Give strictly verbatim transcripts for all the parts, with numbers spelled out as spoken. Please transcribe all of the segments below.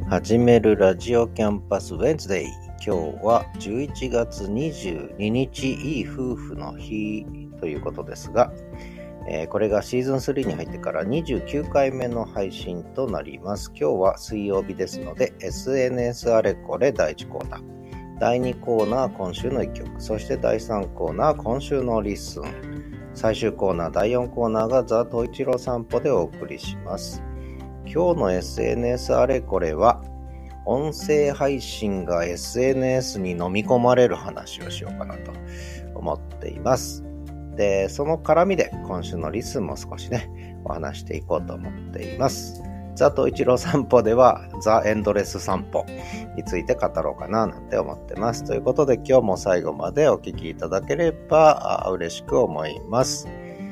始めるラジオキャンパスウェンズデイ。今日はじゅういちがつにじゅうににち、いい夫婦の日ということですが、えー、これがシーズンスリーに入ってからにじゅうきゅうかいめの配信となります。今日は水曜日ですので エスエヌエス あれこれだいいちコーナー、だいにコーナー今週のいっきょく、そしてだいさんコーナー今週のリッスン、最終コーナーだいよんコーナーがザ・トイチロー散歩でお送りします。今日の エスエヌエス あれこれは音声配信が エスエヌエス に飲み込まれる話をしようかなと思っています。で、その絡みで今週のリスンも少しねお話していこうと思っています。ザ・トイチロー散歩ではザ・エンドレス散歩について語ろうかななんて思ってます。ということで今日も最後までお聞きいただければ嬉しく思います。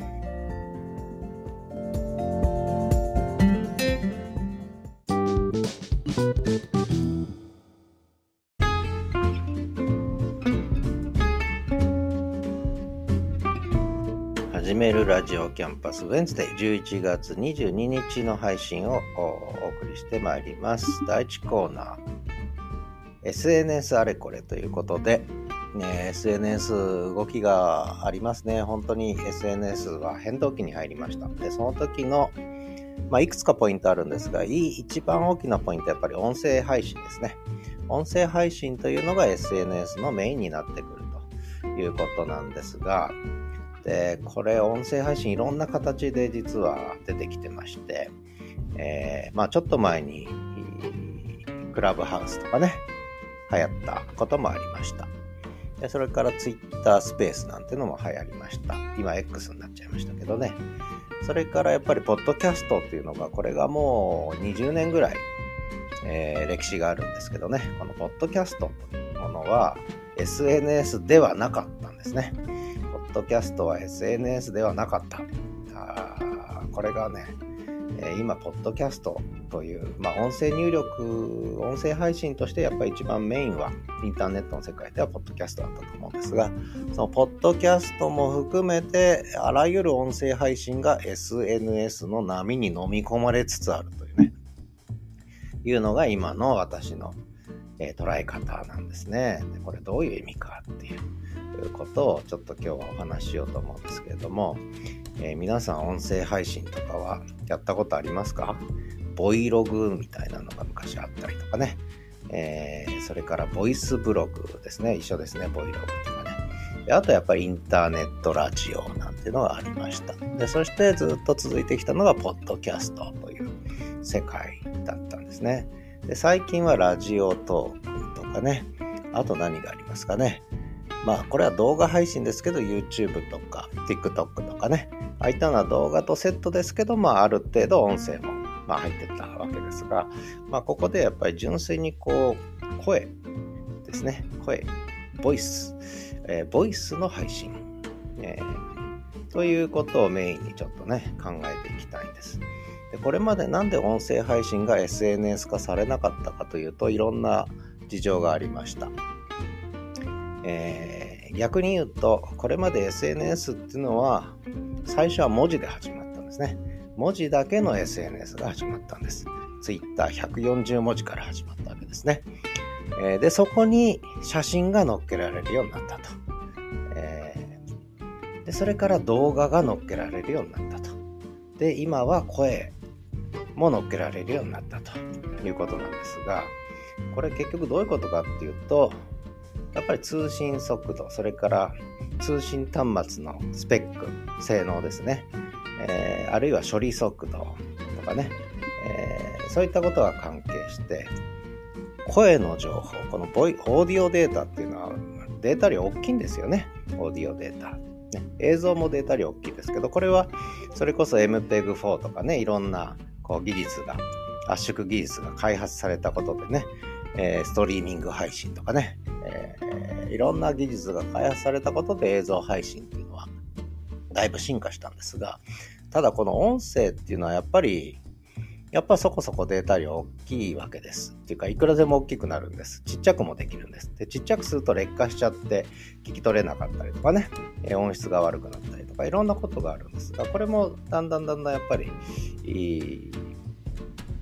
始めるラジオキャンパスウェンズデイ、じゅういちがつにじゅうににちの配信をお送りしてまいります。だいいちコーナー エスエヌエス あれこれということで、ね、エスエヌエス 動きがありますね。本当に エスエヌエス は変動期に入りました。でその時の、まあ、いくつかポイントあるんですが、いい一番大きなポイントはやっぱり音声配信ですね。音声配信というのが エスエヌエス のメインになってくるということなんですが、でこれ音声配信いろんな形で実は出てきてまして、えー、まあちょっと前にクラブハウスとかね流行ったこともありました。でそれからツイッタースペースなんてのも流行りました。今 X になっちゃいましたけどね。それからやっぱりポッドキャストっていうのが、これがもうにじゅうねんぐらい、えー、歴史があるんですけどね、このポッドキャストというものは エスエヌエス ではなかったんですね。ポッドキャストは エスエヌエス ではなかった。あこれがね、えー、今ポッドキャストという、まあ、音声入力、音声配信としてやっぱり一番メインはインターネットの世界ではポッドキャストだったと思うんですが、そのポッドキャストも含めてあらゆる音声配信が エスエヌエス の波に飲み込まれつつあるというね、いうのが今の私の、えー、捉え方なんですね。でこれどういう意味かっていうということをちょっと今日はお話ししようと思うんですけれども、えー、皆さん音声配信とかはやったことありますか？ボイログみたいなのが昔あったりとかね、えー、それからボイスブログですね、一緒ですね、ボイログとかね。であとやっぱりインターネットラジオなんていうのがありました。でそしてずっと続いてきたのがポッドキャストという世界だったんですね。で最近はラジオトークとかね、あと何がありますかね。まあこれは動画配信ですけど YouTube とか TikTok とかね、ああいったのは動画とセットですけど、まあある程度音声もまあ入ってたわけですが、まあここでやっぱり純粋にこう声ですね、声、ボイス、えー、ボイスの配信、えー、ということをメインにちょっとね考えていきたいんです。でこれまでなんで音声配信が エスエヌエス 化されなかったかというと、いろんな事情がありました。えー、逆に言うと、これまで エスエヌエス っていうのは最初は文字で始まったんですね。文字だけの エスエヌエス が始まったんです。Twitterひゃくよんじゅうもじから始まったわけですね。えー、でそこに写真が載っけられるようになったと、えー、でそれから動画が載っけられるようになったと。で今は声も載っけられるようになったということなんですが、これ結局どういうことかっていうと、やっぱり通信速度、それから通信端末のスペック、性能ですね、えー、あるいは処理速度とかね、えー、そういったことが関係して、声の情報、このボイオーディオデータっていうのはデータ量大きいんですよね。オーディオデータ、ね、映像もデータ量大きいですけど、これはそれこそ エムペグフォー とかね、いろんなこう技術が、圧縮技術が開発されたことでね、えー、ストリーミング配信とかね、えー、いろんな技術が開発されたことで映像配信っていうのはだいぶ進化したんですが、ただこの音声っていうのはやっぱりやっぱそこそこデータ量大きいわけです。っていうかいくらでも大きくなるんです。ちっちゃくもできるんです。でちっちゃくすると劣化しちゃって聞き取れなかったりとかね、音質が悪くなったりとかいろんなことがあるんですが、これもだんだんだんだんやっぱり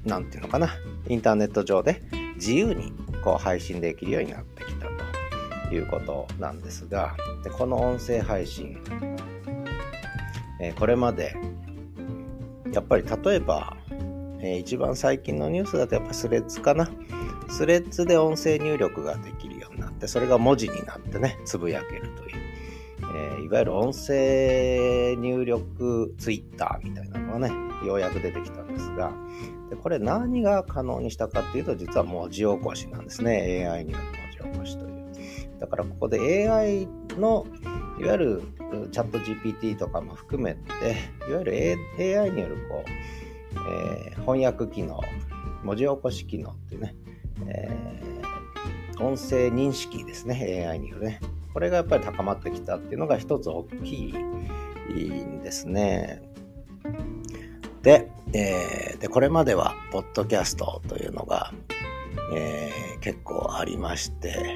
なんていうのかな、インターネット上で自由にこう配信できるようになってきたということなんですが、でこの音声配信、えー、これまでやっぱり例えば、えー、一番最近のニュースだとやっぱスレッズかな。スレッズで音声入力ができるようになって、それが文字になってね、つぶやけるという、えー、いわゆる音声入力ツイッターみたいなのがね、ようやく出てきたんですが、でこれ何が可能にしたかっていうと、実は文字起こしなんですね。エーアイ による文字起こしという。だからここで エーアイ のいわゆるチャット ジーピーティー とかも含めて、いわゆる エーアイ によるこう、えー、翻訳機能、文字起こし機能っていうね、えー、音声認識ですね、エーアイ によるね。これがやっぱり高まってきたっていうのが一つ大きいんですね。で、えー、でこれまではポッドキャストというのが、えー、結構ありまして、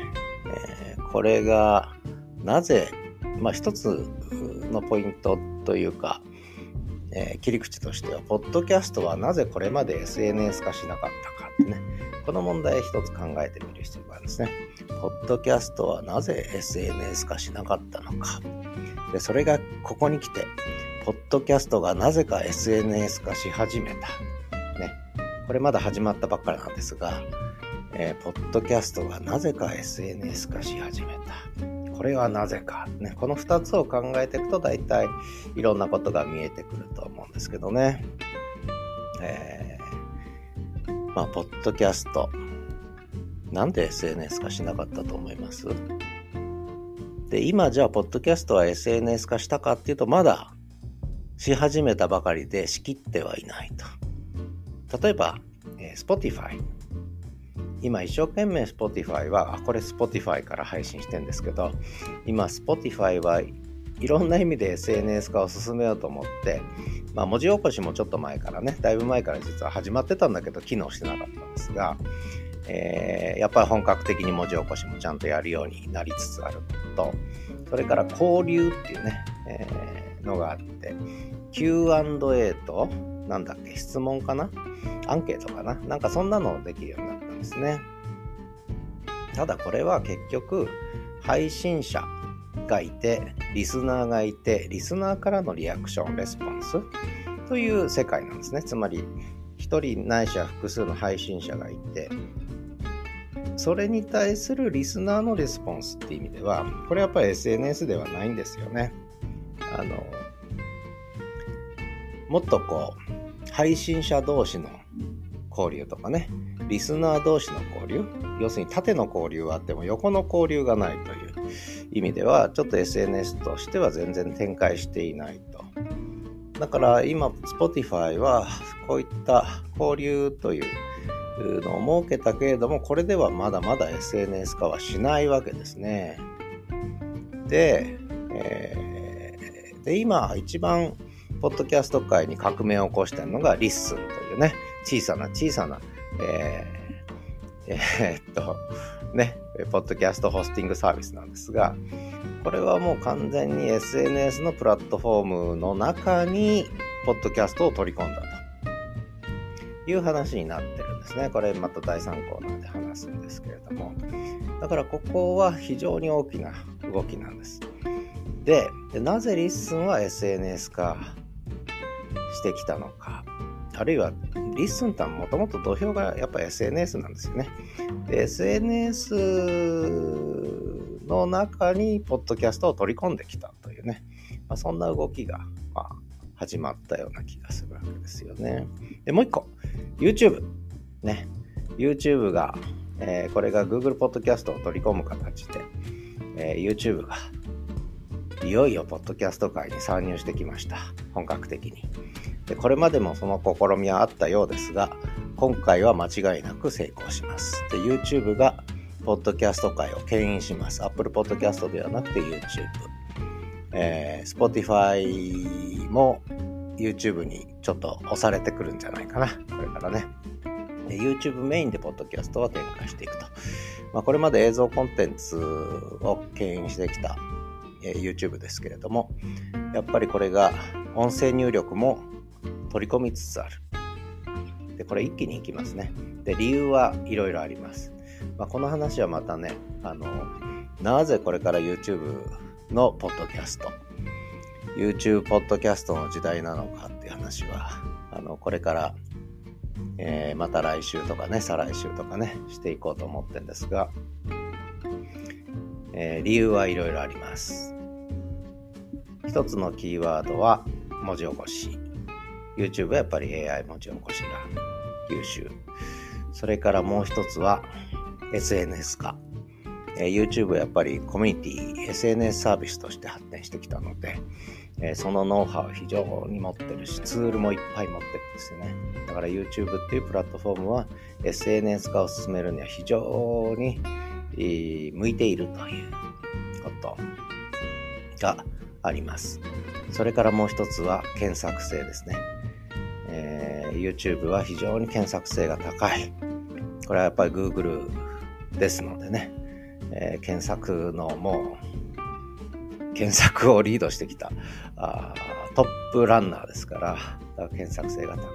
えー、これがなぜ、まあ一つのポイントというか、えー、切り口としては、ポッドキャストはなぜこれまで エスエヌエス 化しなかったかってね、この問題一つ考えてみる必要があるんですね。ポッドキャストはなぜ エスエヌエス 化しなかったのか。で、それがここに来て、ポッドキャストがなぜか エスエヌエス 化し始めた。ね。これまだ始まったばっかりなんですが、えー、ポッドキャストがなぜか エスエヌエス 化し始めた。これはなぜか、ね、このふたつを考えていくと大体いろんなことが見えてくると思うんですけどね。えー、まあポッドキャストなんで エスエヌエス 化しなかったと思います？で、今じゃあポッドキャストは エスエヌエス 化したかっていうと、まだし始めたばかりでしきってはいないと。例えば、えー、Spotify。今一生懸命 Spotify は、あ、これ Spotify から配信してるんですけど、今 Spotify はいろんな意味で エスエヌエス 化を進めようと思って、まあ文字起こしもちょっと前からね、だいぶ前から実は始まってたんだけど、機能してなかったんですが、えー、やっぱり本格的に文字起こしもちゃんとやるようになりつつあると、それから交流っていうね、えー、のがあって、キューアンドエー と、なんだっけ、質問かな？アンケートかな？なんかそんなのできるようになったんですね。ただこれは結局、配信者がいて、リスナーがいて、リスナーからのリアクション、レスポンスという世界なんですね。つまり、一人ないしは複数の配信者がいて、それに対するリスナーのレスポンスっていう意味では、これやっぱり エスエヌエス ではないんですよね。あの、もっとこう、配信者同士の交流とかね、リスナー同士の交流、要するに縦の交流はあっても横の交流がないという意味では、ちょっと エスエヌエス としては全然展開していないと。だから今 Spotify はこういった交流というのを設けたけれども、これではまだまだ エスエヌエス 化はしないわけですね。で、えー、で今一番ポッドキャスト界に革命を起こしているのがリッスンというね、小さな小さな、えー、えー、っとね、ポッドキャストホスティングサービスなんですが、これはもう完全に エスエヌエス のプラットフォームの中にポッドキャストを取り込んだという話になってるんですね。これまただいさんコーナーで話すんですけれども、だからここは非常に大きな動きなんです。で、でなぜリッスンは エスエヌエス 化してきたのか、あるいはリッスンってもともと土俵がやっぱ エスエヌエス なんですよね。で エスエヌエス の中にポッドキャストを取り込んできたというね、まあ、そんな動きが、まあ、始まったような気がするわけですよね。でもう一個 YouTube ね、 YouTube が、えー、これが Google ポッドキャストを取り込む形で、えー、YouTube がいよいよポッドキャスト界に参入してきました。本格的に。でこれまでもその試みはあったようですが、今回は間違いなく成功します。で YouTube がポッドキャスト界を牽引します。 Apple Podcast ではなくて YouTube、えー、Spotify も YouTube にちょっと押されてくるんじゃないかな、これからね。で YouTube メインでポッドキャストは展開していくと、まあ、これまで映像コンテンツを牽引してきたYouTube ですけれども、やっぱりこれが音声入力も取り込みつつある。 で、これ一気にいきますね。で、理由はいろいろあります。まあ、この話はまたね、あの、なぜこれから YouTube のポッドキャスト、YouTube ポッドキャストの時代なのかっていう話は、あの、これから、えー、また来週とかね、再来週とかね、していこうと思ってるんですが、えー、理由はいろいろあります。一つのキーワードは文字起こし。YouTube はやっぱり エーアイ 文字起こしが優秀。それからもう一つは エスエヌエス 化。えー、YouTube はやっぱりコミュニティ、エスエヌエス サービスとして発展してきたので、えー、そのノウハウを非常に持ってるし、ツールもいっぱい持ってるんですよね。だから YouTube っていうプラットフォームは エスエヌエス 化を進めるには非常に、えー、向いているということがあります。それからもう一つは検索性ですね。えー、YouTube は非常に検索性が高い。これはやっぱり Google ですのでね、えー、検索のもう検索をリードしてきたあートップランナーですから、だから検索性が高い。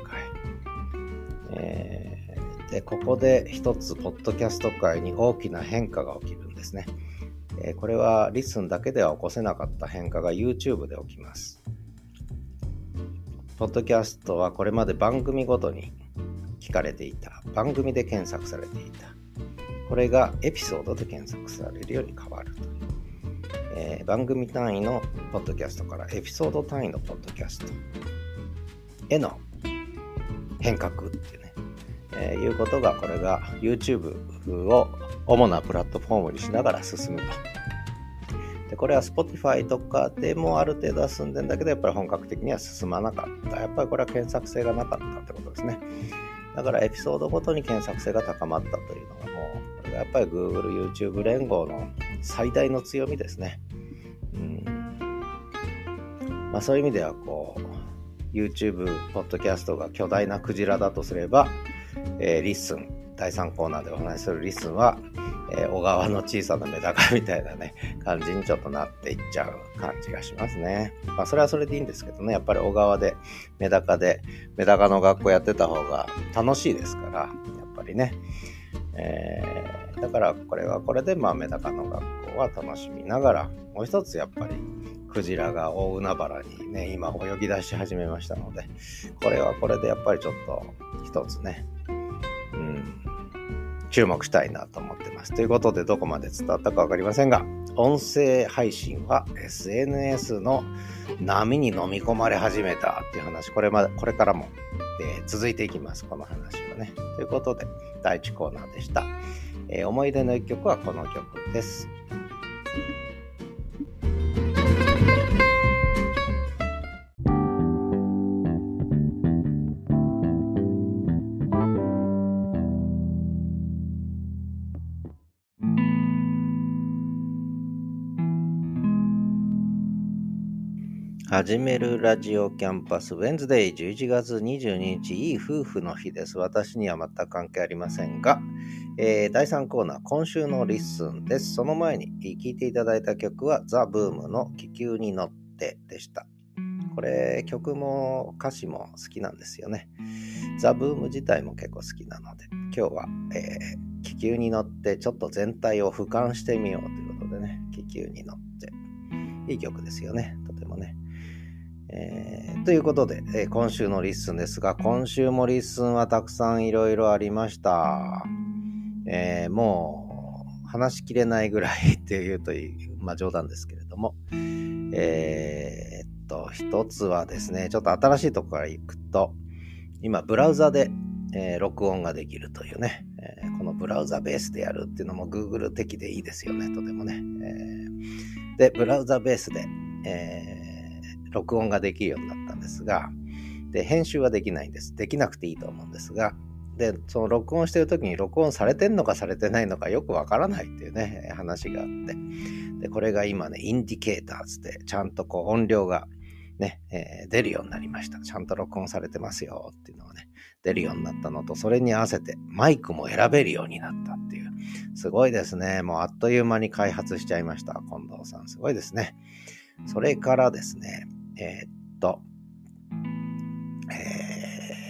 えー、でここで一つポッドキャスト界に大きな変化が起きるんですね。えー、これはリスンだけでは起こせなかった変化が YouTube で起きます。ポッドキャストはこれまで番組ごとに聞かれていた。番組で検索されていた。これがエピソードで検索されるように変わると。えー、番組単位のポッドキャストからエピソード単位のポッドキャストへの変革っていうね、えー、いうことが、これが YouTube を主なプラットフォームにしながら進むと。でこれは Spotify とかでもある程度は進んでんだけど、やっぱり本格的には進まなかった。やっぱりこれは検索性がなかったってことですね。だからエピソードごとに検索性が高まったというのが、もうこれがやっぱり Google、YouTube 連合の最大の強みですね。うんまあ、そういう意味ではこう YouTube ポッドキャストが巨大なクジラだとすれば、えー、リッスンだいさんコーナーでお話しするリッスンは、えー、小川の小さなメダカみたいなね感じにちょっとなっていっちゃう感じがしますね。まあそれはそれでいいんですけどね、やっぱり小川でメダカでメダカの学校やってた方が楽しいですから、やっぱりね、えー、だからこれはこれでまあメダカの学校は楽しみながら、もう一つやっぱりクジラが大海原にね今泳ぎ出し始めましたので、これはこれでやっぱりちょっと一つね、うん、注目したいなと思ってます。ということで、どこまで伝わったか分かりませんが、音声配信は エスエヌエス の波に飲み込まれ始めたっていう話、これまでこれからも、えー、続いていきます、この話はね。ということで、だいいちコーナーでした。えー、思い出の一曲はこの曲です。始めるラジオキャンパスウェンズデイじゅういちがつにじゅうににち、いい夫婦の日です。私には全く関係ありませんが、えー、だいさんコーナー、今週のリッスンです。その前に聴いていただいた曲はザ・ブームの気球に乗ってでした。これ曲も歌詞も好きなんですよね。ザ・ブーム自体も結構好きなので、今日は、えー、気球に乗ってちょっと全体を俯瞰してみようということでね、気球に乗っていい曲ですよね、とてもね。えー、ということで、えー、今週のリッスンですが、今週もリッスンはたくさんいろいろありました。えー、もう話しきれないぐらいっていうという、まあ冗談ですけれども、えー、っと一つはですね、ちょっと新しいところから行くと、今ブラウザで、えー、録音ができるというね、えー、このブラウザベースでやるっていうのも Google 的でいいですよね、とてもね。えー、でブラウザベースで、えー録音ができるようになったんですが、で編集はできないんです。できなくていいと思うんですが、でその録音してる時に録音されてんのかされてないのかよくわからないっていうね話があって、でこれが今ねインディケーターズでちゃんとこう音量がね、えー、出るようになりました。ちゃんと録音されてますよっていうのがね出るようになったのと、それに合わせてマイクも選べるようになったっていう、すごいですね。もうあっという間に開発しちゃいました。近藤さんすごいですね。それからですね、えー、っと、えー、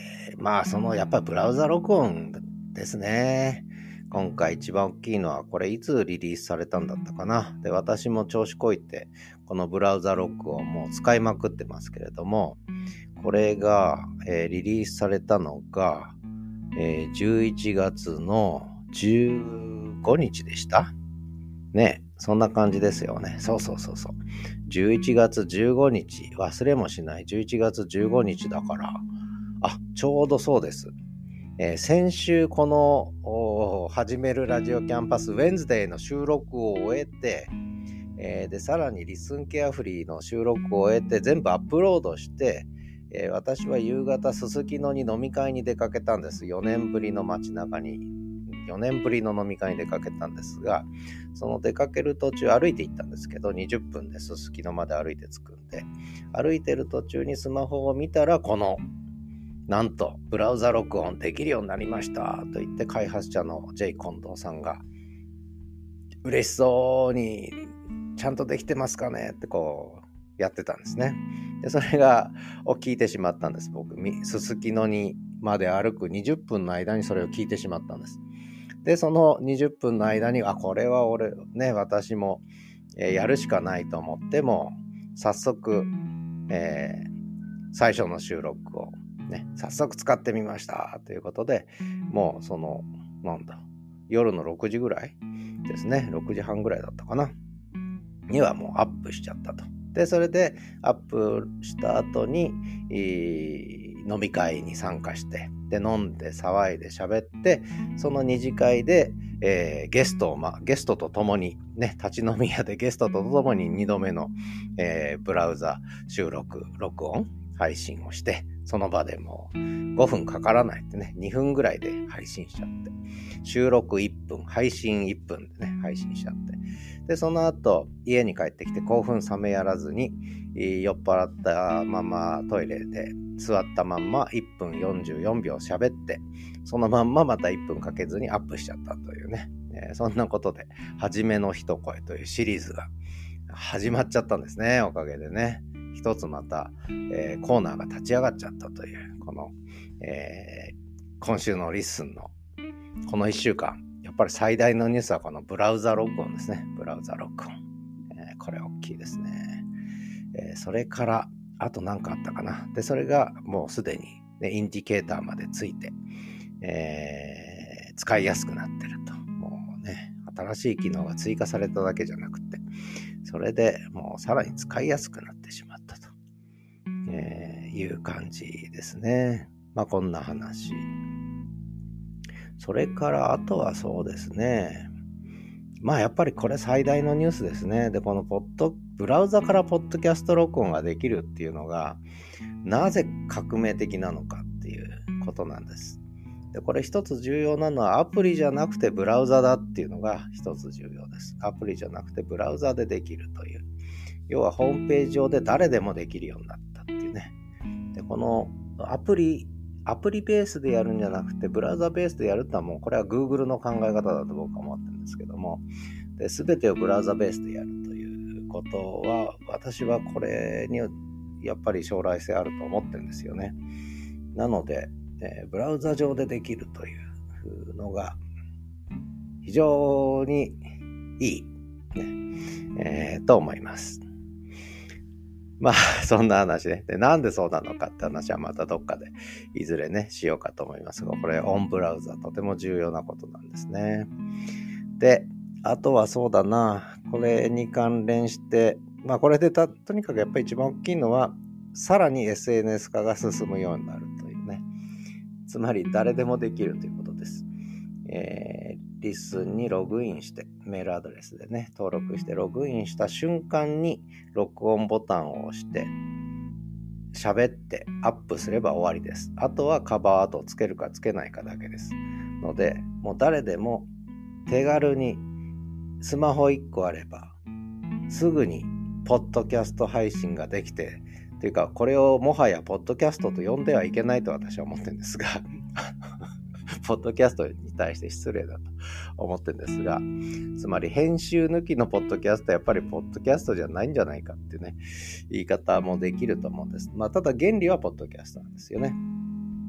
まあそのやっぱりブラウザ録音ですね。今回一番大きいのはこれいつリリースされたんだったかな。で、私も調子こいてこのブラウザ録音もう使いまくってますけれども、これが、えー、リリースされたのが、えー、じゅういちがつのじゅうごにちでしたね。そんな感じですよね。そうそうそうそう。じゅういちがつじゅうごにち、忘れもしないじゅういちがつじゅうごにちだから、あ、ちょうどそうです。えー、先週この始めるラジオキャンパスウェンズデーの収録を終えて、えー、でさらにリスンケアフリーの収録を終えて全部アップロードして、えー、私は夕方すすきのに飲み会に出かけたんです。よねんぶりの街中によねんぶりの飲み会に出かけたんですが、その出かける途中歩いて行ったんですけど、にじゅっぷんですすきのまで歩いて着くんで、歩いてる途中にスマホを見たらこのなんとブラウザ録音できるようになりましたと言って、開発者の J 近藤さんが嬉しそうにちゃんとできてますかねってこうやってたんですね。でそれがを聞いてしまったんです。僕すすきのにまで歩くにじゅっぷんの間にそれを聞いてしまったんです。でそのにじゅっぷんの間にあこれは俺ね私も、えー、やるしかないと思っても早速、えー、最初の収録をね、早速使ってみましたということで、もうそのなんだ夜のろくじぐらいですね、ろくじはんぐらいだったかなにはもうアップしちゃったと。でそれでアップした後に、えー、飲み会に参加して、で飲んで騒いで喋って、その二次会で、えー、ゲストを、まあ、ゲストと共にね、立ち飲み屋でゲストと共ににどめの、えー、ブラウザ収録録音配信をして、その場でもうごふんかからないってね、にふんぐらいで配信しちゃって、収録いっぷん、配信いっぷんでね、配信しちゃって、で、その後、家に帰ってきて興奮冷めやらずに、酔っ払ったままトイレで座ったまんまいっぷんよんじゅうよんびょう喋って、そのまんままたいっぷんかけずにアップしちゃったというね、えー、そんなことで、はじめの一声というシリーズが始まっちゃったんですね、おかげでね。一つまた、えー、コーナーが立ち上がっちゃったという、この、えー、今週のリッスンのこのいっしゅうかん、やっぱり最大のニュースはこのブラウザ録音ですね。ブラウザ録音。えー、これ大きいですね。えー、それから、あと何かあったかな。で、それがもうすでに、ね、インディケーターまでついて、えー、使いやすくなってると。もうね、新しい機能が追加されただけじゃなくて、それでもうさらに使いやすくなってしまったと、えー、いう感じですね。まあこんな話。それからあとはそうですね。まあやっぱりこれ最大のニュースですね。で、このポッドブラウザからポッドキャスト録音ができるっていうのがなぜ革命的なのかっていうことなんです。で、これ一つ重要なのはアプリじゃなくてブラウザだっていうのが一つ重要です。アプリじゃなくてブラウザでできるという。要はホームページ上で誰でもできるようになったっていうね。で、このアプリアプリベースでやるんじゃなくてブラウザベースでやるってのはもうこれは Google の考え方だと僕は思ってるんですけども、で全てをブラウザベースでやるということは私はこれにやっぱり将来性あると思ってるんですよね。なので、えー、ブラウザ上でできるというのが非常にいい、ねえー、と思います。まあそんな話ね。で、なんでそうなのかって話はまたどっかでいずれねしようかと思いますが、これオンブラウザとても重要なことなんですね。で、あとはそうだな、これに関連して、まあこれでたとにかくやっぱり一番大きいのはさらに エスエヌエス 化が進むようになるというね。つまり誰でもできるということです。えー、リスンにログインしてメールアドレスでね登録してログインした瞬間に録音ボタンを押して喋ってアップすれば終わりです。あとはカバーアートをつけるかつけないかだけですので、もう誰でも手軽にスマホいっこあればすぐにポッドキャスト配信ができて、というかこれをもはやポッドキャストと呼んではいけないと私は思ってるんですがポッドキャストに対して失礼だと思ってるんですが、つまり編集抜きのポッドキャストはやっぱりポッドキャストじゃないんじゃないかっていうね言い方もできると思うんです。まあただ原理はポッドキャストなんですよね。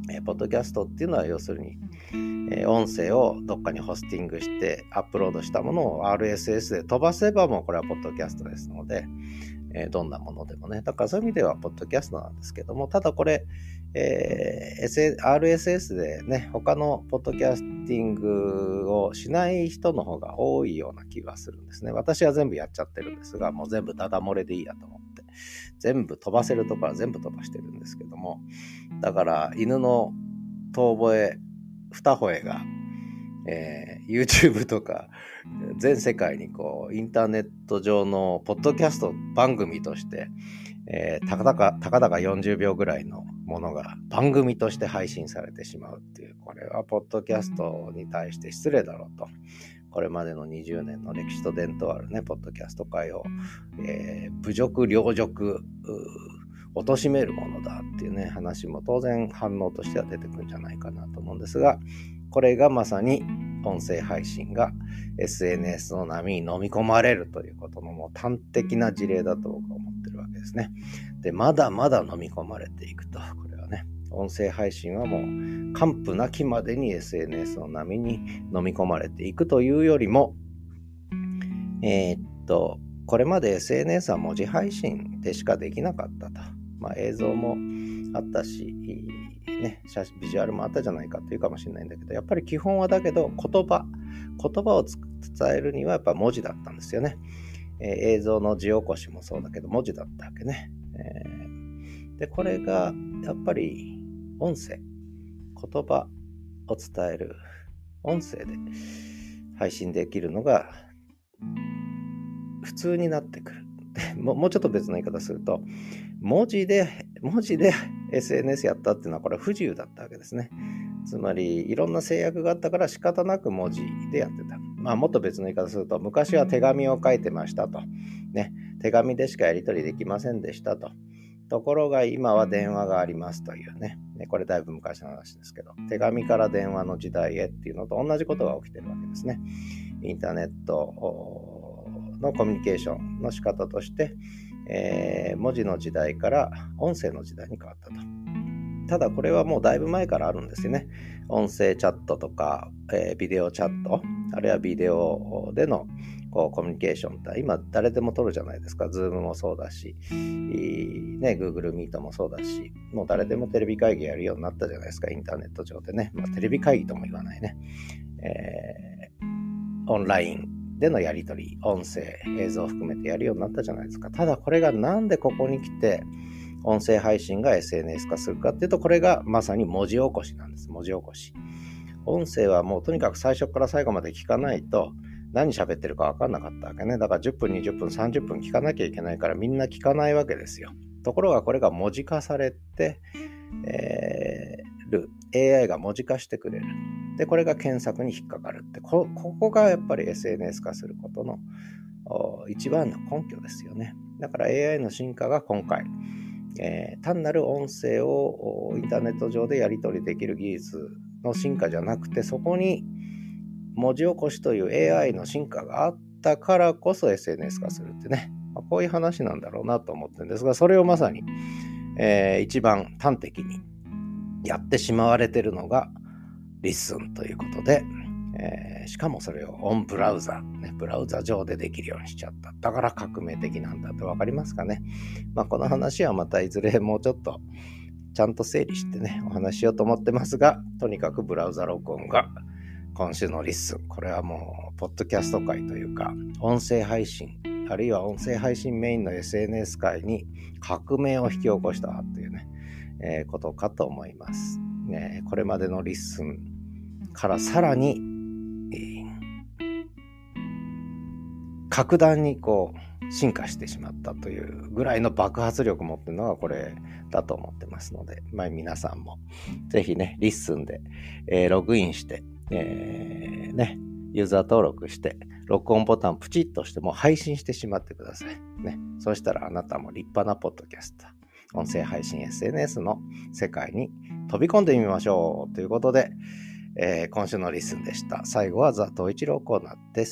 えー、ポッドキャストっていうのは要するに、えー、音声をどっかにホスティングしてアップロードしたものを アールエスエス で飛ばせばもうこれはポッドキャストですので、えー、どんなものでもね。だからそういう意味ではポッドキャストなんですけども、ただこれ、えー、アールエスエス でね、他のポッドキャスティングをしない人の方が多いような気がするんですね。私は全部やっちゃってるんですが、もう全部ダダ漏れでいいやと思って、全部飛ばせるところは全部飛ばしてるんですけども、だから犬の遠吠え、二吠えが、えー、YouTube とか全世界にこうインターネット上のポッドキャスト番組として、えー、たかだかたかだかよんじゅうびょうぐらいのものが番組として配信されてしまうっていう、これはポッドキャストに対して失礼だろうと。これまでのにじゅうねんの歴史と伝統あるねポッドキャスト界を、えー、侮辱凌辱貶めるものだっていうね話も当然反応としては出てくるんじゃないかなと思うんですが、これがまさに音声配信が エスエヌエス の波に飲み込まれるということのもう端的な事例だと僕は思ってるわけですね。で、まだまだ飲み込まれていくと、これはね、音声配信はもう完膚なきまでに エスエヌエス の波に飲み込まれていくというよりも、えー、っとこれまで エスエヌエス は文字配信でしかできなかったと。まあ映像もあったし、ね、ビジュアルもあったじゃないかっていうかもしれないんだけど、やっぱり基本はだけど言葉言葉を伝えるにはやっぱ文字だったんですよね。えー、映像の字起こしもそうだけど文字だったわけね。えー、でこれがやっぱり音声、言葉を伝える音声で配信できるのが普通になってくる。もうちょっと別の言い方すると、文字で文字で エスエヌエス やったっていうのはこれ不自由だったわけですね。つまりいろんな制約があったから仕方なく文字でやってた。まあもっと別の言い方すると、昔は手紙を書いてましたと、ね、手紙でしかやり取りできませんでしたと。ところが今は電話がありますというね、これだいぶ昔の話ですけど、手紙から電話の時代へっていうのと同じことが起きてるわけですね。インターネットのコミュニケーションの仕方として、えー、文字の時代から音声の時代に変わったと。ただこれはもうだいぶ前からあるんですよね。音声チャットとか、えー、ビデオチャット、あるいはビデオでのこうコミュニケーションって今誰でも取るじゃないですか。Zoom もそうだし、ね、Google Meet もそうだし、もう誰でもテレビ会議やるようになったじゃないですか、インターネット上でね。まあ、テレビ会議とも言わないね。えー、オンラインでのやり取り、音声、映像を含めてやるようになったじゃないですか。ただこれがなんでここに来て音声配信が エスエヌエス 化するかっていうと、これがまさに文字起こしなんです。文字起こし。音声はもうとにかく最初から最後まで聞かないと何喋ってるか分かんなかったわけね。だからじゅっぷん、にじゅっぷん、さんじゅっぷん聞かなきゃいけないからみんな聞かないわけですよ。ところがこれが文字化されて、えー、る エーアイ が文字化してくれる。で、これが検索に引っかかるって、こ、ここがやっぱり エスエヌエス 化することの一番の根拠ですよね。だから エーアイ の進化が今回、えー、単なる音声をインターネット上でやり取りできる技術の進化じゃなくて、そこに文字起こしという エーアイ の進化があったからこそ エスエヌエス 化するってね、まあ、こういう話なんだろうなと思ってるんですが、それをまさに、えー、一番端的にやってしまわれてるのがリッスンということで、えー、しかもそれをオンブラウザ、ね、ブラウザ上でできるようにしちゃった。だから革命的なんだってわかりますかね。まあこの話はまたいずれもうちょっとちゃんと整理してねお話ししようと思ってますが、とにかくブラウザ録音が今週のリッスン、これはもうポッドキャスト界というか音声配信、あるいは音声配信メインの エスエヌエス 界に革命を引き起こしたというね、えー、ことかと思います、ね。これまでのリッスンからさらに、えー、格段にこう進化してしまったというぐらいの爆発力を持っているのがこれだと思ってますので、まあ、皆さんもぜひねリッスンで、えー、ログインして、えー、ねユーザー登録して録音ボタンプチッとしても配信してしまってくださいね。そうしたらあなたも立派なポッドキャスター、音声配信 エスエヌエス の世界に飛び込んでみましょうということで、えー、今週のリッスンでした。最後はザ・東一郎コーナーです。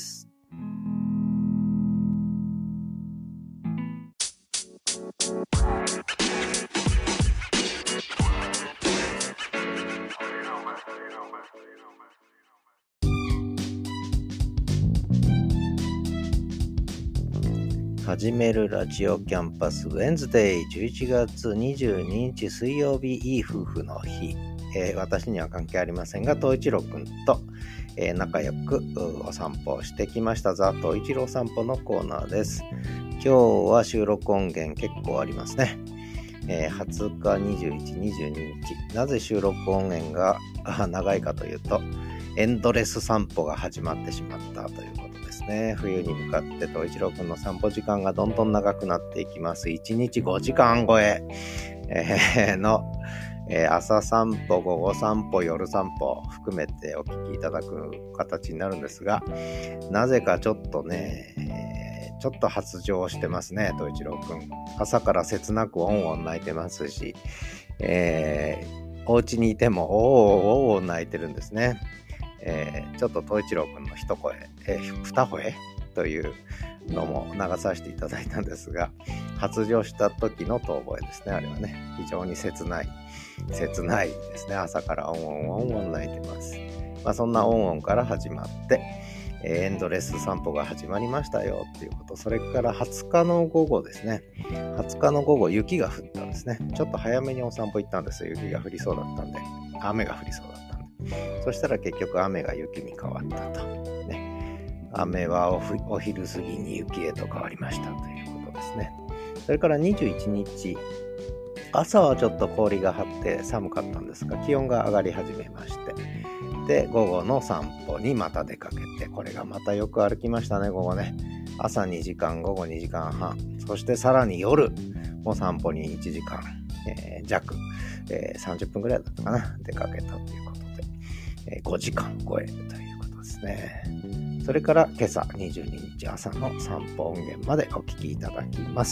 始めるラジオキャンパスウェンズデイじゅういちがつにじゅうににち水曜日、いい夫婦の日、えー、私には関係ありませんが東一郎くんと、えー、仲良くお散歩をしてきましたザ・東一郎散歩のコーナーです。今日は収録音源結構ありますね。えー、はつか、にじゅういち、にじゅうににち、なぜ収録音源が長いかというと、エンドレス散歩が始まってしまったということですね。冬に向かって東一郎くんの散歩時間がどんどん長くなっていきます。いちにちごじかん超え、えー、の、えー、朝散歩、午後散歩、夜散歩含めてお聞きいただく形になるんですが、なぜかちょっとね、えー、ちょっと発情してますね、東一郎くん。朝から切なくオンオン泣いてますし、えー、お家にいてもおーおーおー泣いてるんですね。えー、ちょっと東一郎くんの一声、えー、二声というのも流させていただいたんですが、発情した時の遠吠えですね。あれはね、非常に切ない切ないですね。朝からオンオンオンオン泣いてます。まあ、そんなオンオンから始まって、えー、エンドレス散歩が始まりましたよっていうこと。それからはつかの午後ですね。はつかの午後、雪が降ったんですね。ちょっと早めにお散歩行ったんですよ。雪が降りそうだったんで、雨が降りそうだった。そしたら結局雨が雪に変わったと、ね、雨は お, お昼過ぎに雪へと変わりましたということですね。それからにじゅういちにち朝はちょっと氷が張って寒かったんですが、気温が上がり始めまして、で午後の散歩にまた出かけて、これがまたよく歩きましたね。午後ね、朝にじかん、午後にじかんはん、そしてさらに夜も散歩にいちじかん、えー、弱、えー、さんじゅっぷんぐらいだったかな、出かけたということで、ごじかん超えということですね。それから今朝にじゅうににち朝の散歩音源までお聞きいただきます。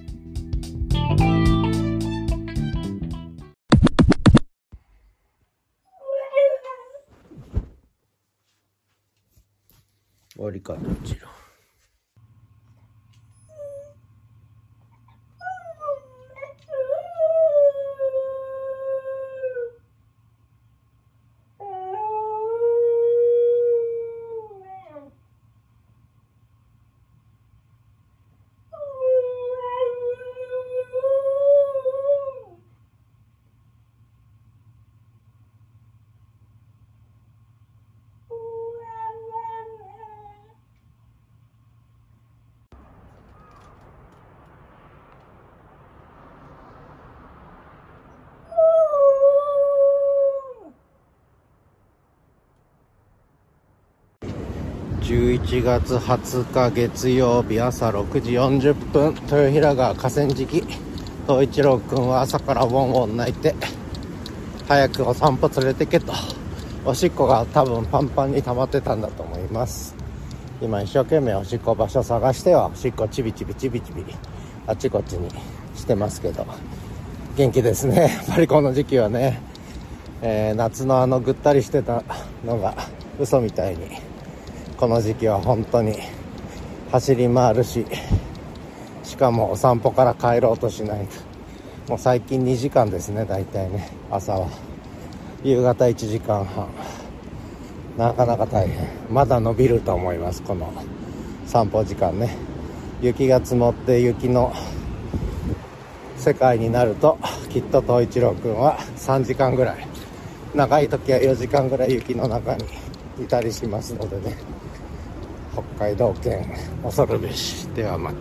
終わりかどちら。じゅういちがつはつか月曜日朝ろくじよんじゅっぷん、豊平川河川敷。東一郎くんは朝からウォンウォン泣いて、早くお散歩連れてけと、おしっこが多分パンパンに溜まってたんだと思います。今一生懸命おしっこ場所探しては、おしっこちびちびちびちびあっちこっちにしてますけど、元気ですね。やっぱりこの時期はね、えー、夏のあのぐったりしてたのが嘘みたいに、この時期は本当に走り回るし、しかもお散歩から帰ろうとしないと。もう最近にじかんですね、大体ね。朝は夕方いちじかんはん、なかなか大変。まだ伸びると思います、この散歩時間ね。雪が積もって雪の世界になると、きっと東一郎くんはさんじかんぐらい、長い時はよじかんぐらい雪の中にいたりしますのでね。北海道犬恐るべし。ではまた。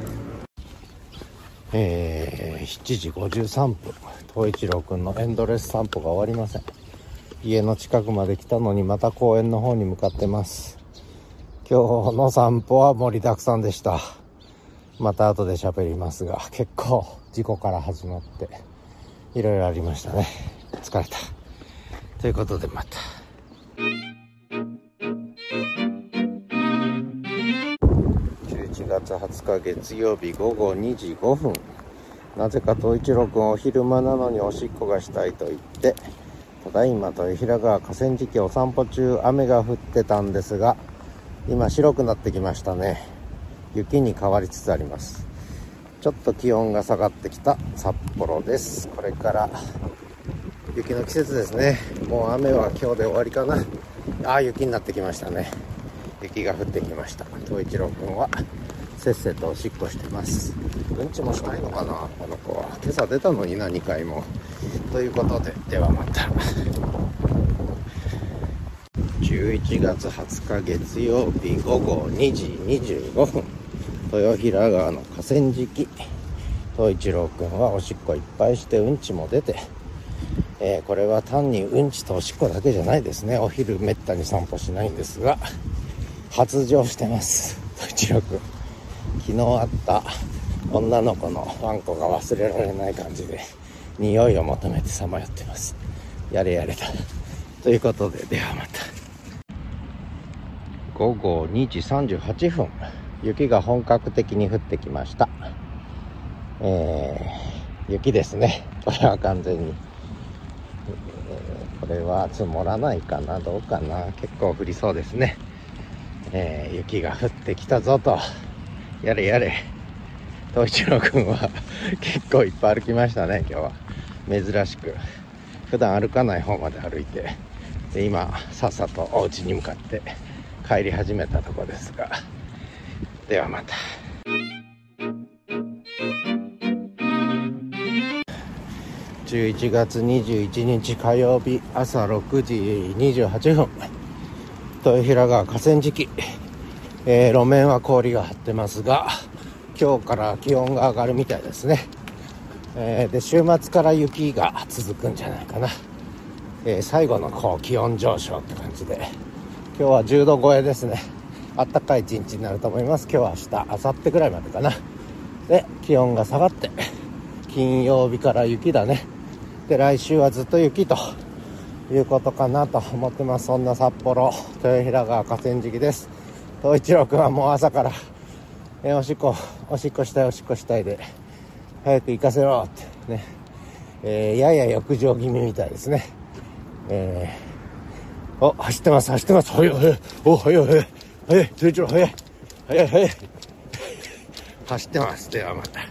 えー、しちじごじゅうさんぷん、東一郎くんのエンドレス散歩が終わりません。家の近くまで来たのにまた公園の方に向かってます。今日の散歩は盛りだくさんでした。また後で喋りますが、結構事故から始まっていろいろありましたね。疲れたということで、また。じゅういちがつはつか月曜日ごごにじごふん、なぜか東一郎くんお昼間なのにおしっこがしたいと言って、ただいま豊平川河川敷お散歩中、雨が降ってたんですが、今白くなってきましたね。雪に変わりつつあります。ちょっと気温が下がってきた札幌です。これから雪の季節ですね。もう雨は今日で終わりかな。ああ、雪になってきましたね。雪が降ってきました。東一郎くんはせっせとおしっこしてます。うんちもしたいのかなこの子は。今朝出たのになにかいも。ということで、ではまた。じゅういちがつはつか月曜日ごごにじにじゅうごふん、豊平川の河川敷、東一郎くんはおしっこいっぱいしてうんちも出て、えー、これは単にうんちとおしっこだけじゃないですね。お昼めったに散歩しないんですが発情してます。東一郎くん、昨日会った女の子のワンコが忘れられない感じで匂いを求めてさまよってます。やれやれだということで、ではまた。ごごにじさんじゅうはっぷん、雪が本格的に降ってきました。えー、雪ですね。これは完全に、えー、これは積もらないかな、どうかな。結構降りそうですね。えー、雪が降ってきたぞと。やれやれ。東一郎くんは結構いっぱい歩きましたね、今日は。珍しく普段歩かない方まで歩いて、で今さっさとお家に向かって帰り始めたところですが、ではまた。じゅういちがつにじゅういちにち火曜日朝ろくじにじゅうはっぷん、豊平川河川敷、えー、路面は氷が張ってますが、今日から気温が上がるみたいですね。えー、で週末から雪が続くんじゃないかな。えー、最後のこう気温上昇って感じで、今日はじゅうど超えですね。あったかい一日になると思います。今日は明日、明後日ぐらいまでかな。で気温が下がって金曜日から雪だね。で来週はずっと雪ということかなと思ってます。そんな札幌豊平川河川敷です。東一郎くんはもう朝から、えー、おしっこおしっこしたいおしっこしたいで早く行かせろってね、えー、やや浴場気味みたいですね。えー、お走ってます走ってます。早い早いお早い早い早い東一郎早い早い早い走ってます。ではまた。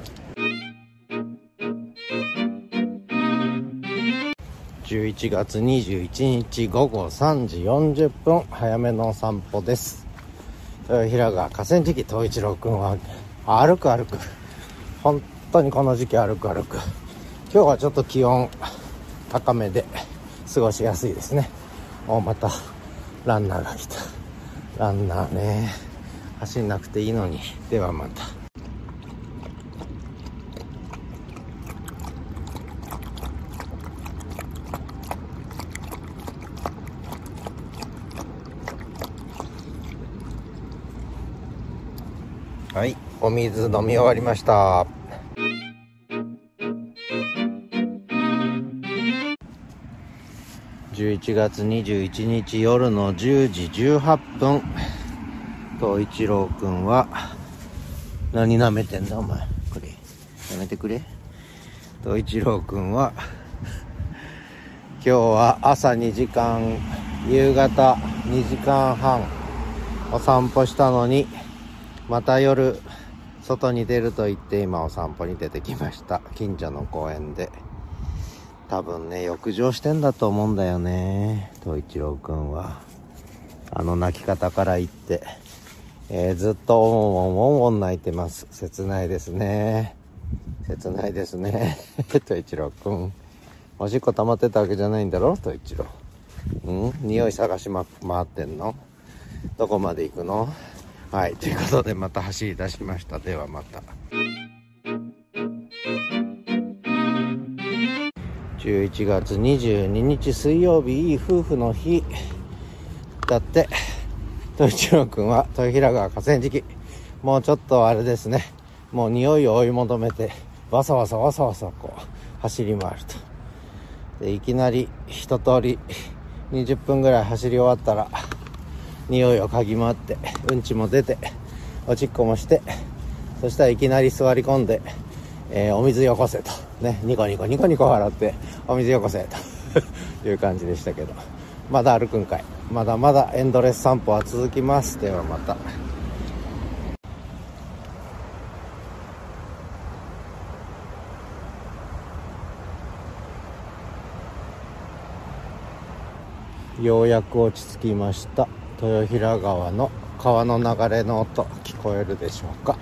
じゅういちがつにじゅういちにちごごさんじよんじゅっぷん、早めのお散歩です。豊平川河川敷、東一郎くんは歩く歩く、本当にこの時期歩く歩く。今日はちょっと気温高めで過ごしやすいですね。おまたランナーが来た。ランナーね、走んなくていいのに。ではまた。はい、お水飲み終わりました。じゅういちがつにじゅういちにち夜のじゅうじじゅうはっぷん、東一郎くんは何舐めてんだお前。これやめてくれ。東一郎くんは今日は朝にじかん、夕方にじかんはんお散歩したのに、また夜外に出ると言って今お散歩に出てきました。近所の公園で。多分ね、浴場してんだと思うんだよね、東一郎くんは。あの泣き方から言って、えー、ずっとオンオンオンオン泣いてます。切ないですね、切ないですね東一郎くん、おしっこ溜まってたわけじゃないんだろ東一郎。うん匂い探し、ま、回ってんの。どこまで行くの。はい、ということでまた走り出しました。ではまた。じゅういちがつにじゅうににち水曜日、いい夫婦の日だって。東一郎くんは豊平川河川敷、もうちょっとあれですね、もう匂いを追い求めてわさわさわさわさこう走り回ると。でいきなり一通りにじゅっぷんぐらい走り終わったら匂いを嗅ぎ回って、うんちも出ておちっこもして、そしたらいきなり座り込んで、えー、お水よこせとね、ニコニコニコニコ笑ってお水よこせという感じでしたけど、まだ歩くんかい。まだまだエンドレス散歩は続きます。ではまた。ようやく落ち着きました。豊平川の川の流れの音聞こえるでしょうか。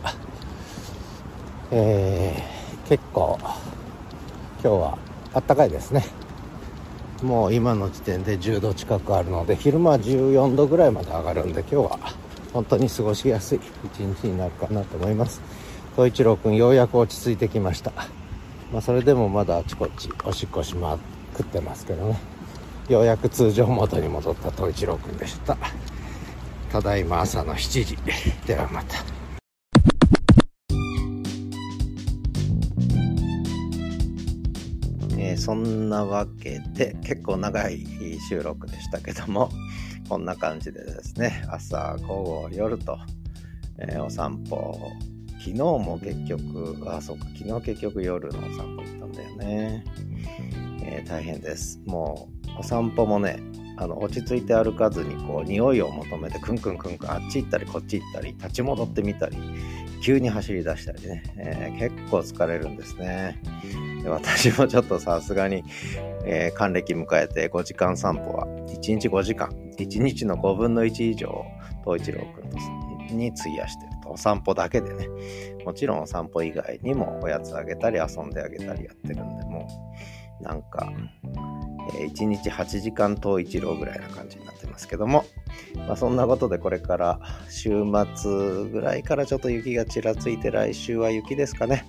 えー、結構今日は暖かいですね。もう今の時点でじゅうど近くあるので、昼間はじゅうよんどぐらいまで上がるんで、今日は本当に過ごしやすい一日になるかなと思います。東一郎くんようやく落ち着いてきました。まあそれでもまだあちこちおしっこしまくってますけどね。ようやく通常モードに戻った東一郎くんでした。ただいま朝のしちじ。ではまた。えー、そんなわけで結構長い収録でしたけども、こんな感じでですね、朝午後夜と、えー、お散歩、昨日も結局あそうか昨日結局夜のお散歩行ったんだよね。えー、大変です。もうお散歩もね、あの落ち着いて歩かずにこう匂いを求めてクンクンクンクンあっち行ったりこっち行ったり立ち戻ってみたり急に走り出したりね、えー、結構疲れるんですね。で私もちょっとさすがに、えー、還暦迎えてごじかん散歩はいちにちごじかん、いちにちのごぶんのいち以上東一郎くんとに費やしてると。お散歩だけでね、もちろんお散歩以外にもおやつあげたり遊んであげたりやってるんで、もうなんか、えー、いちにちはちじかん東一郎ぐらいな感じになってますけども、まあ、そんなことでこれから週末ぐらいからちょっと雪がちらついて、来週は雪ですかね。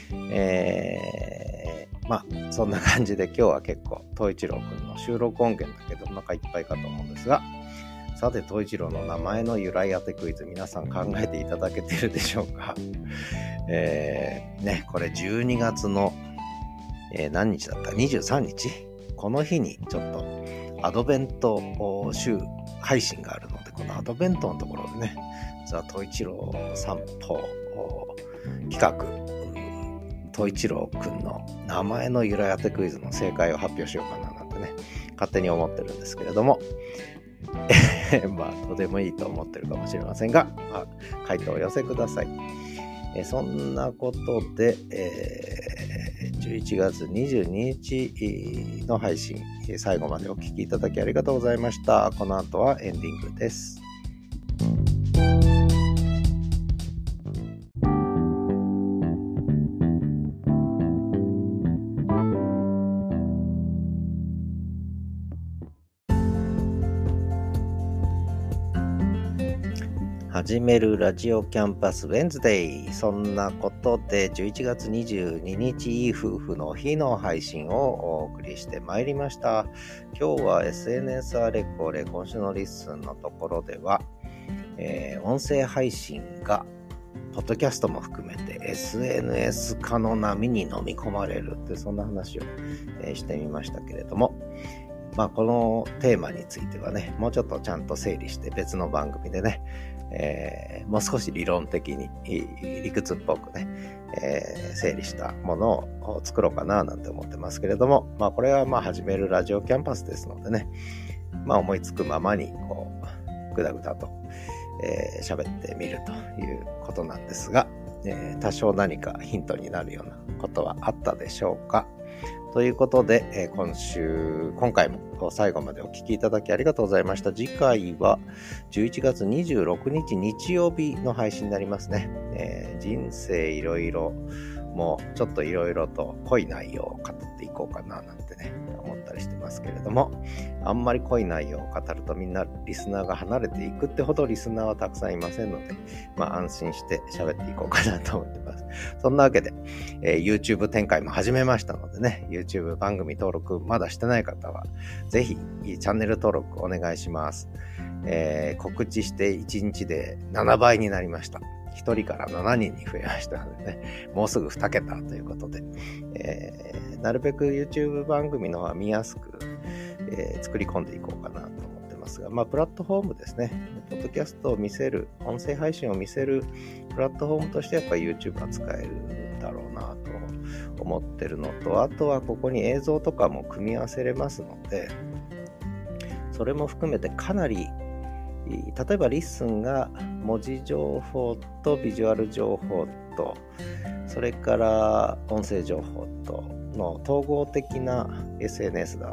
えー、まあそんな感じで今日は結構東一郎くんの収録音源だけでお腹いっぱいかと思うんですが、さて東一郎の名前の由来当てクイズ、皆さん考えていただけてるでしょうか。えー、ねこれじゅうにがつの、えー、何日だったにじゅうさんにち、この日にちょっとアドベント週配信があるので、このアドベントのところでね、ザ・東一郎散歩企画、東一郎くんの名前の由来当てクイズの正解を発表しようかななんてね、勝手に思ってるんですけれどもまあどうでもいいと思ってるかもしれませんが、まあ、回答をお寄せください。えそんなことで、えー、じゅういちがつにじゅうににちの配信、最後までお聞きいただきありがとうございました。この後はエンディングです。始めるラジオキャンパスウェンズデイ。そんなことでじゅういちがつにじゅうににちいい夫婦の日の配信をお送りしてまいりました。今日は エスエヌエス あれこれ今週のリッスンのところでは、えー、音声配信がポッドキャストも含めて エスエヌエス 化の波に飲み込まれるって、そんな話を、えー、してみましたけれども、まあこのテーマについてはね、もうちょっとちゃんと整理して別の番組でね、えー、もう少し理論的に理屈っぽくね、えー、整理したものを作ろうかななんて思ってますけれども、まあこれはまあ始めるラジオキャンパスですのでね、まあ思いつくままにこうぐだぐだとえー、喋ってみるということなんですが、えー、多少何かヒントになるようなことはあったでしょうか。ということで、えー、今週今回も最後までお聞きいただきありがとうございました。次回はじゅういちがつにじゅうろくにち日曜日の配信になりますね。えー、人生いろいろもうちょっといろいろと濃い内容を語っていこうかななんてね思ったりしてますけれども、あんまり濃い内容を語るとみんなリスナーが離れていくってほどリスナーはたくさんいませんので、まあ安心して喋っていこうかなと思ってます。そんなわけで、えー、YouTube 展開も始めましたのでね、 YouTube 番組登録まだしてない方はぜひチャンネル登録お願いします。えー、告知していちにちでななばいになりました。ひとりからしちにんに増えましたのでね、もうすぐにけたということで、えー、なるべく YouTube 番組の方は見やすく、えー、作り込んでいこうかなと思ってますが、まあプラットフォームですね、ポッドキャストを見せる、音声配信を見せるプラットフォームとしてやっぱり YouTube は使えるだろうなと思ってるのと、あとはここに映像とかも組み合わせれますので、それも含めてかなり、例えばリッスンが文字情報とビジュアル情報とそれから音声情報との統合的な エスエヌエス だって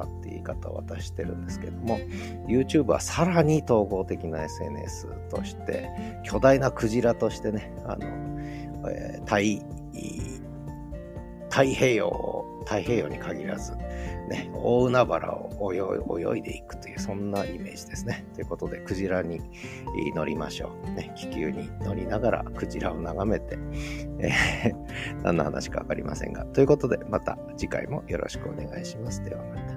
い方を私してるんですけども、 YouTube はさらに統合的な エスエヌエス として巨大なクジラとしてね、あの、えー、太太平洋太平洋に限らず、ね、大海原を泳いでいくという、そんなイメージですね。ということで、クジラに乗りましょう。ね、気球に乗りながらクジラを眺めて、えー、何の話かわかりませんが。ということで、また次回もよろしくお願いします。ではまた。